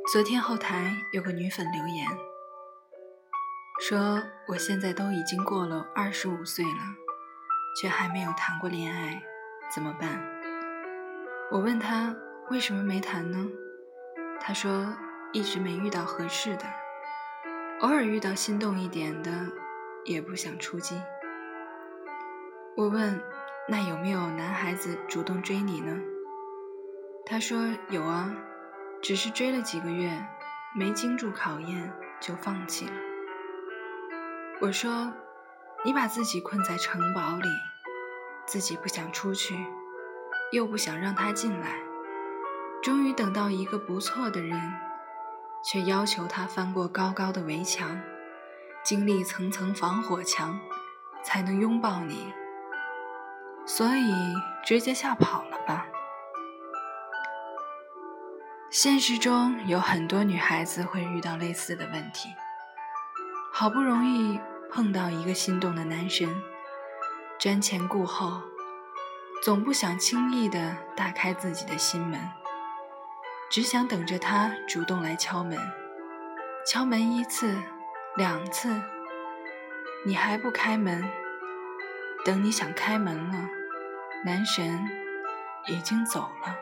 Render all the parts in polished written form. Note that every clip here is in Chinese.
昨天后台有个女粉留言说，我现在都已经过了25岁了，却还没有谈过恋爱，怎么办？我问她为什么没谈呢？她说一直没遇到合适的，偶尔遇到心动一点的也不想出击。我问那有没有男孩子主动追你呢？她说有啊，只是追了几个月，没经住考验就放弃了。我说你把自己困在城堡里，自己不想出去，又不想让他进来，终于等到一个不错的人，却要求他翻过高高的围墙，经历层层防火墙，才能拥抱你，所以直接吓跑了吧。现实中有很多女孩子会遇到类似的问题，好不容易碰到一个心动的男神，瞻前顾后，总不想轻易地打开自己的心门，只想等着他主动来敲门。敲门1次2次，你还不开门，等你想开门了，男神已经走了。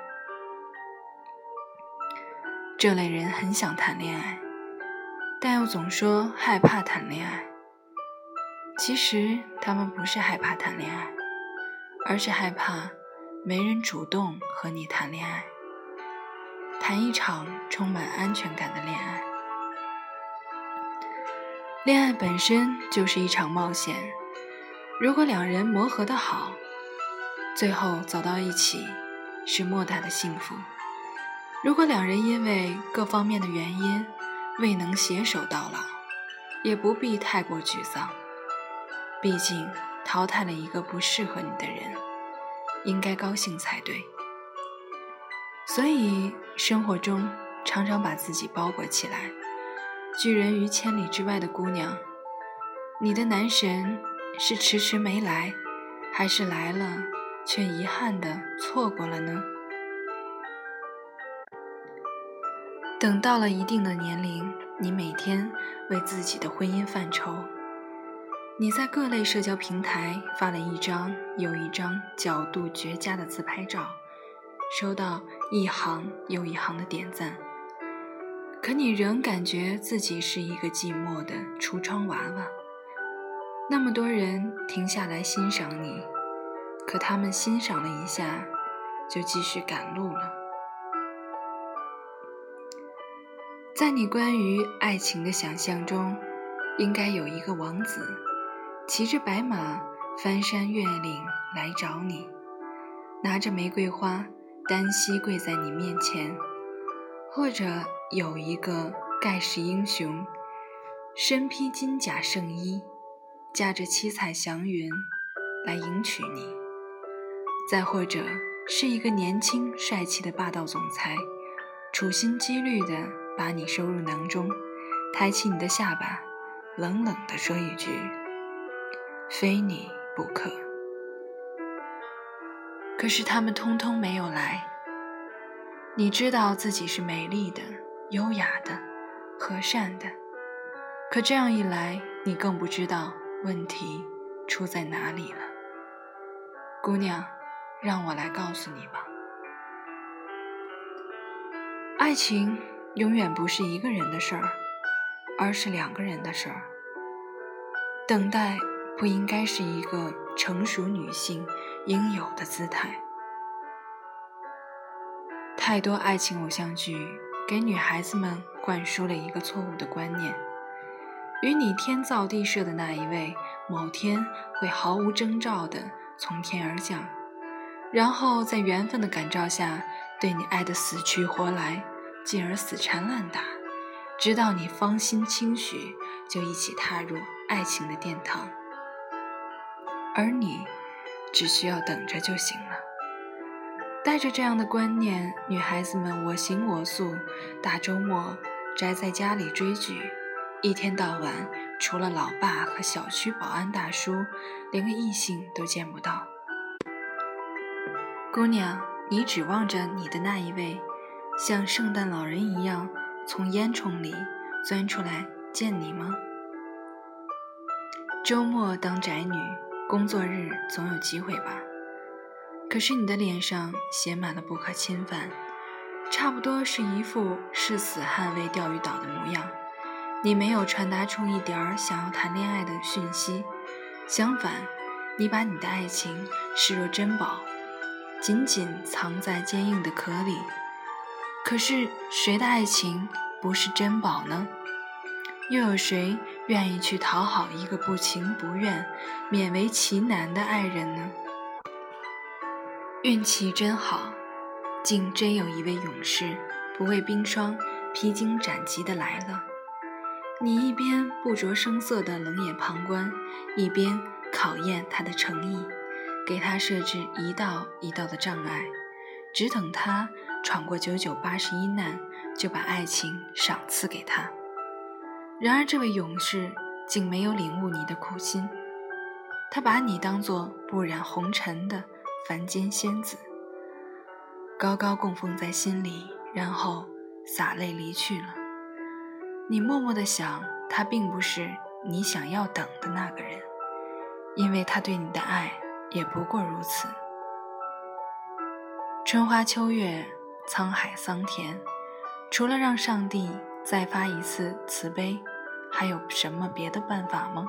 这类人很想谈恋爱，但又总说害怕谈恋爱。其实他们不是害怕谈恋爱，而是害怕没人主动和你谈恋爱，谈一场充满安全感的恋爱。恋爱本身就是一场冒险，如果两人磨合得好，最后走到一起是莫大的幸福。如果两人因为各方面的原因未能携手到老，也不必太过沮丧，毕竟淘汰了一个不适合你的人，应该高兴才对。所以生活中常常把自己包裹起来，拒人于千里之外的姑娘，你的男神是迟迟没来，还是来了却遗憾地错过了呢？等到了一定的年龄，你每天为自己的婚姻犯愁，你在各类社交平台发了一张又一张角度绝佳的自拍照，收到一行又一行的点赞，可你仍感觉自己是一个寂寞的橱窗娃娃。那么多人停下来欣赏你，可他们欣赏了一下就继续赶路了。在你关于爱情的想象中，应该有一个王子骑着白马翻山越岭来找你，拿着玫瑰花单膝跪在你面前，或者有一个盖世英雄身披金甲圣衣，驾着七彩祥云来迎娶你，再或者是一个年轻帅气的霸道总裁，处心积虑地把你收入囊中，抬起你的下巴，冷冷地说一句非你不可。可是他们通通没有来。你知道自己是美丽的、优雅的、和善的，可这样一来，你更不知道问题出在哪里了。姑娘，让我来告诉你吧。爱情永远不是一个人的事儿，而是2个人的事儿。等待不应该是一个成熟女性应有的姿态。太多爱情偶像剧给女孩子们灌输了一个错误的观念，与你天造地设的那一位某天会毫无征兆地从天而降，然后在缘分的感召下对你爱得死去活来，进而死缠烂打，直到你芳心轻许，就一起踏入爱情的殿堂。而你只需要等着就行了。带着这样的观念，女孩子们我行我素，大周末宅在家里追剧，一天到晚除了老爸和小区保安大叔，连个异性都见不到。姑娘，你指望着你的那一位像圣诞老人一样从烟囱里钻出来见你吗？周末当宅女，工作日总有机会吧。可是你的脸上写满了不可侵犯，差不多是一副誓死捍卫钓鱼岛的模样。你没有传达出一点想要谈恋爱的讯息，相反，你把你的爱情视若珍宝，紧紧藏在坚硬的壳里。可是谁的爱情不是珍宝呢？又有谁愿意去讨好一个不情不愿、勉为其难的爱人呢？运气真好，竟真有一位勇士不畏冰霜、披荆斩棘地来了。你一边不着声色地冷眼旁观，一边考验他的诚意，给他设置一道一道的障碍，只等他闯过9981难，就把爱情赏赐给他。然而这位勇士竟没有领悟你的苦心，他把你当作不染红尘的凡间仙子，高高供奉在心里，然后洒泪离去了。你默默地想，他并不是你想要等的那个人，因为他对你的爱也不过如此。春花秋月，沧海桑田，除了让上帝再发一次慈悲，还有什么别的办法吗？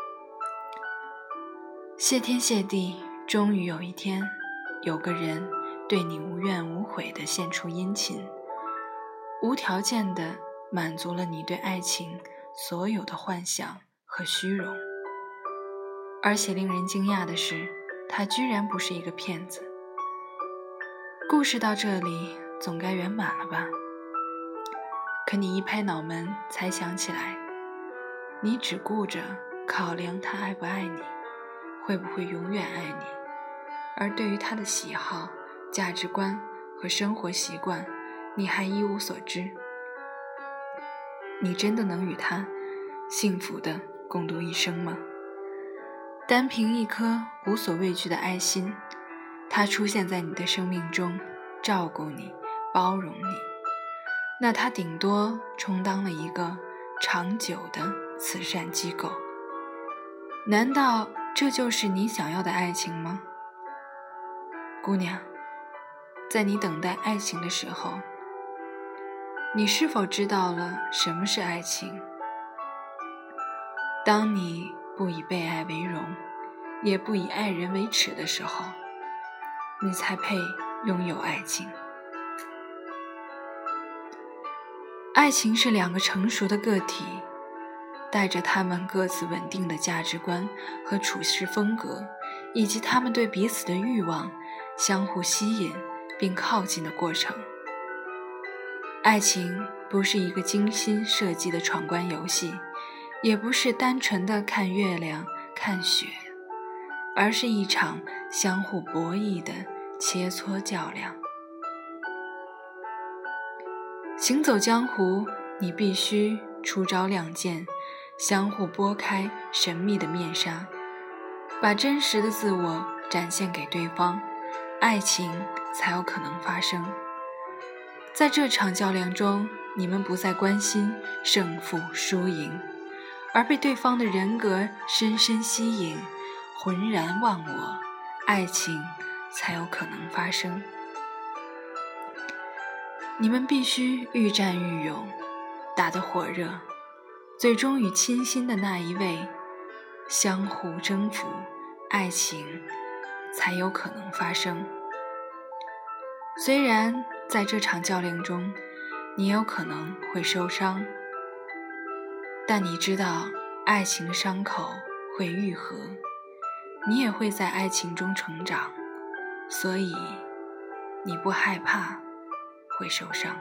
谢天谢地，终于有一天，有个人对你无怨无悔地献出殷勤，无条件地满足了你对爱情所有的幻想和虚荣。而且令人惊讶的是，他居然不是一个骗子。故事到这里总该圆满了吧？可你一拍脑门才想起来，你只顾着考量他爱不爱你，会不会永远爱你，而对于他的喜好、价值观和生活习惯，你还一无所知。你真的能与他幸福地共度一生吗？单凭一颗无所畏惧的爱心，他出现在你的生命中，照顾你，包容你，那他顶多充当了一个长久的慈善机构。难道这就是你想要的爱情吗？姑娘，在你等待爱情的时候，你是否知道了什么是爱情？当你不以被爱为荣，也不以爱人为耻的时候，你才配拥有爱情。爱情是两个成熟的个体，带着他们各自稳定的价值观和处事风格，以及他们对彼此的欲望，相互吸引并靠近的过程。爱情不是一个精心设计的闯关游戏，也不是单纯的看月亮、看雪，而是一场相互博弈的切磋较量。行走江湖，你必须出招亮剑，相互拨开神秘的面纱，把真实的自我展现给对方，爱情才有可能发生。在这场较量中，你们不再关心胜负输赢，而被对方的人格深深吸引，浑然忘我，爱情才有可能发生。你们必须愈战愈勇，打得火热，最终与倾心的那一位相互征服，爱情才有可能发生。虽然在这场较量中，你有可能会受伤，但你知道爱情的伤口会愈合，你也会在爱情中成长，所以你不害怕会受伤。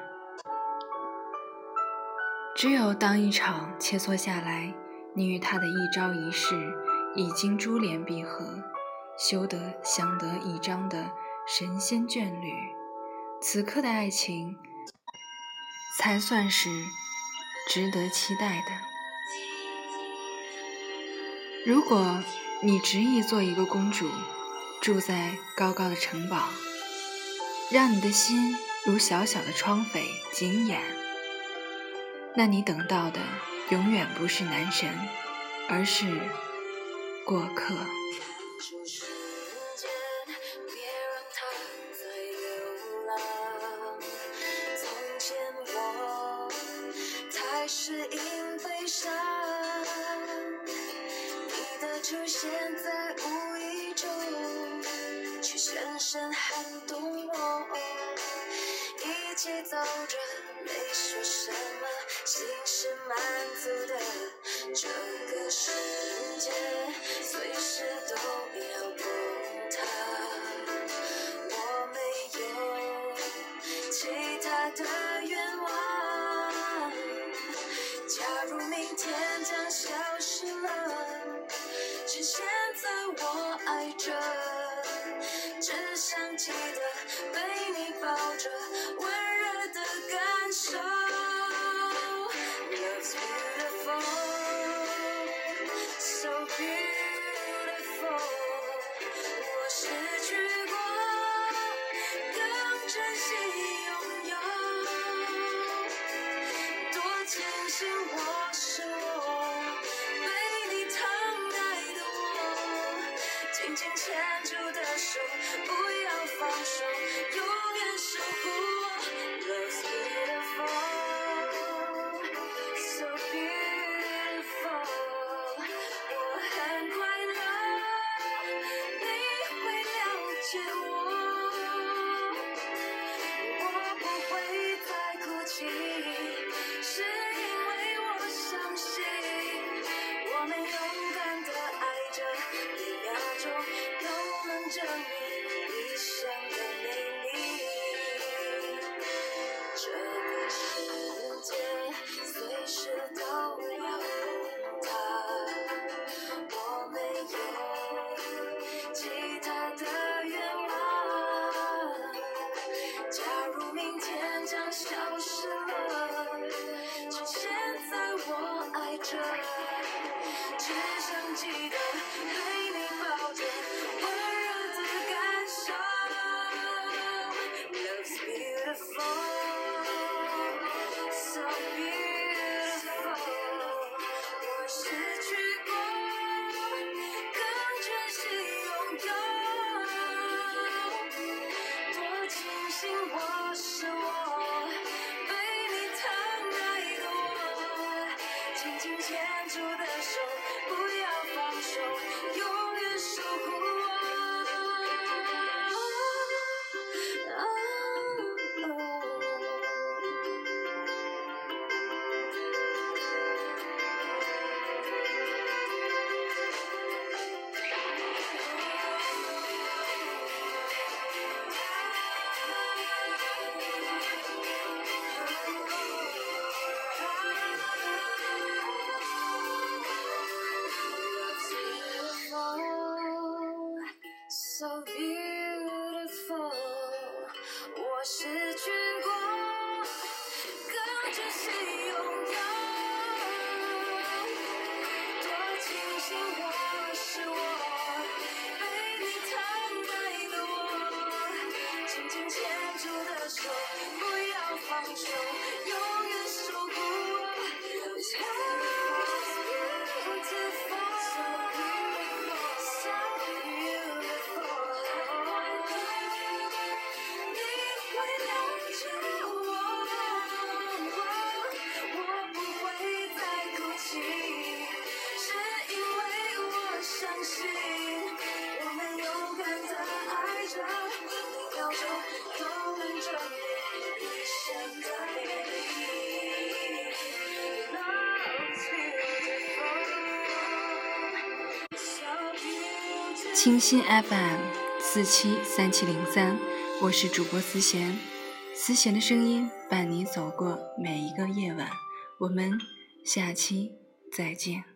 只有当一场切磋下来，你与他的一朝一夕已经珠联璧合，修得相得益彰的神仙眷侣，此刻的爱情才算是值得期待的。如果你执意做一个公主，住在高高的城堡，让你的心如小小的窗扉紧掩， 那你等到的永远不是男神，而是过客。 是因悲伤，你的出现在无意中，却深深撼动我。一起走着，没说什么，心是满足的。这个世界随时都要崩塌，我没有其他的愿望。假如明天将消失了，趁现在我爱着，只想记得被你抱着，温热的感受。Love's beautiful, so beautiful。我失去过，更珍惜拥有。多庆幸我是我，被你疼爱的我，紧紧牵住的手，不要放手，永远守护我。Love's beautiful, so beautiful。我很快乐，你会了解我，我不会再哭泣。是因为我相信，我们勇敢地爱着，一秒钟都能证明一生的美丽。这个世界随时都要崩塌，我没有其他的愿望。假如明天将消失了，趁现在我爱着，只想记得被你抱着，温热的感受。Love's beautiful, so beautiful。我失去过，更珍惜拥有。多庆幸我是我，被你疼爱的我，紧紧牵住的手，不要放手，永远守护我。So beautiful， 我失去过，更珍惜拥有。多庆幸我是我，被你疼爱的我，紧紧牵住的手，不要放手，永远守护我。Love's beautiful, so beautiful。你会了解我，我不会再哭泣，是因为我相信，我们勇敢地爱着，每秒钟都能证明一生的美丽。Love's beautiful, so beautiful。 清新 FM473703，我是主播思贤，思贤的声音伴你走过每一个夜晚，我们下期再见。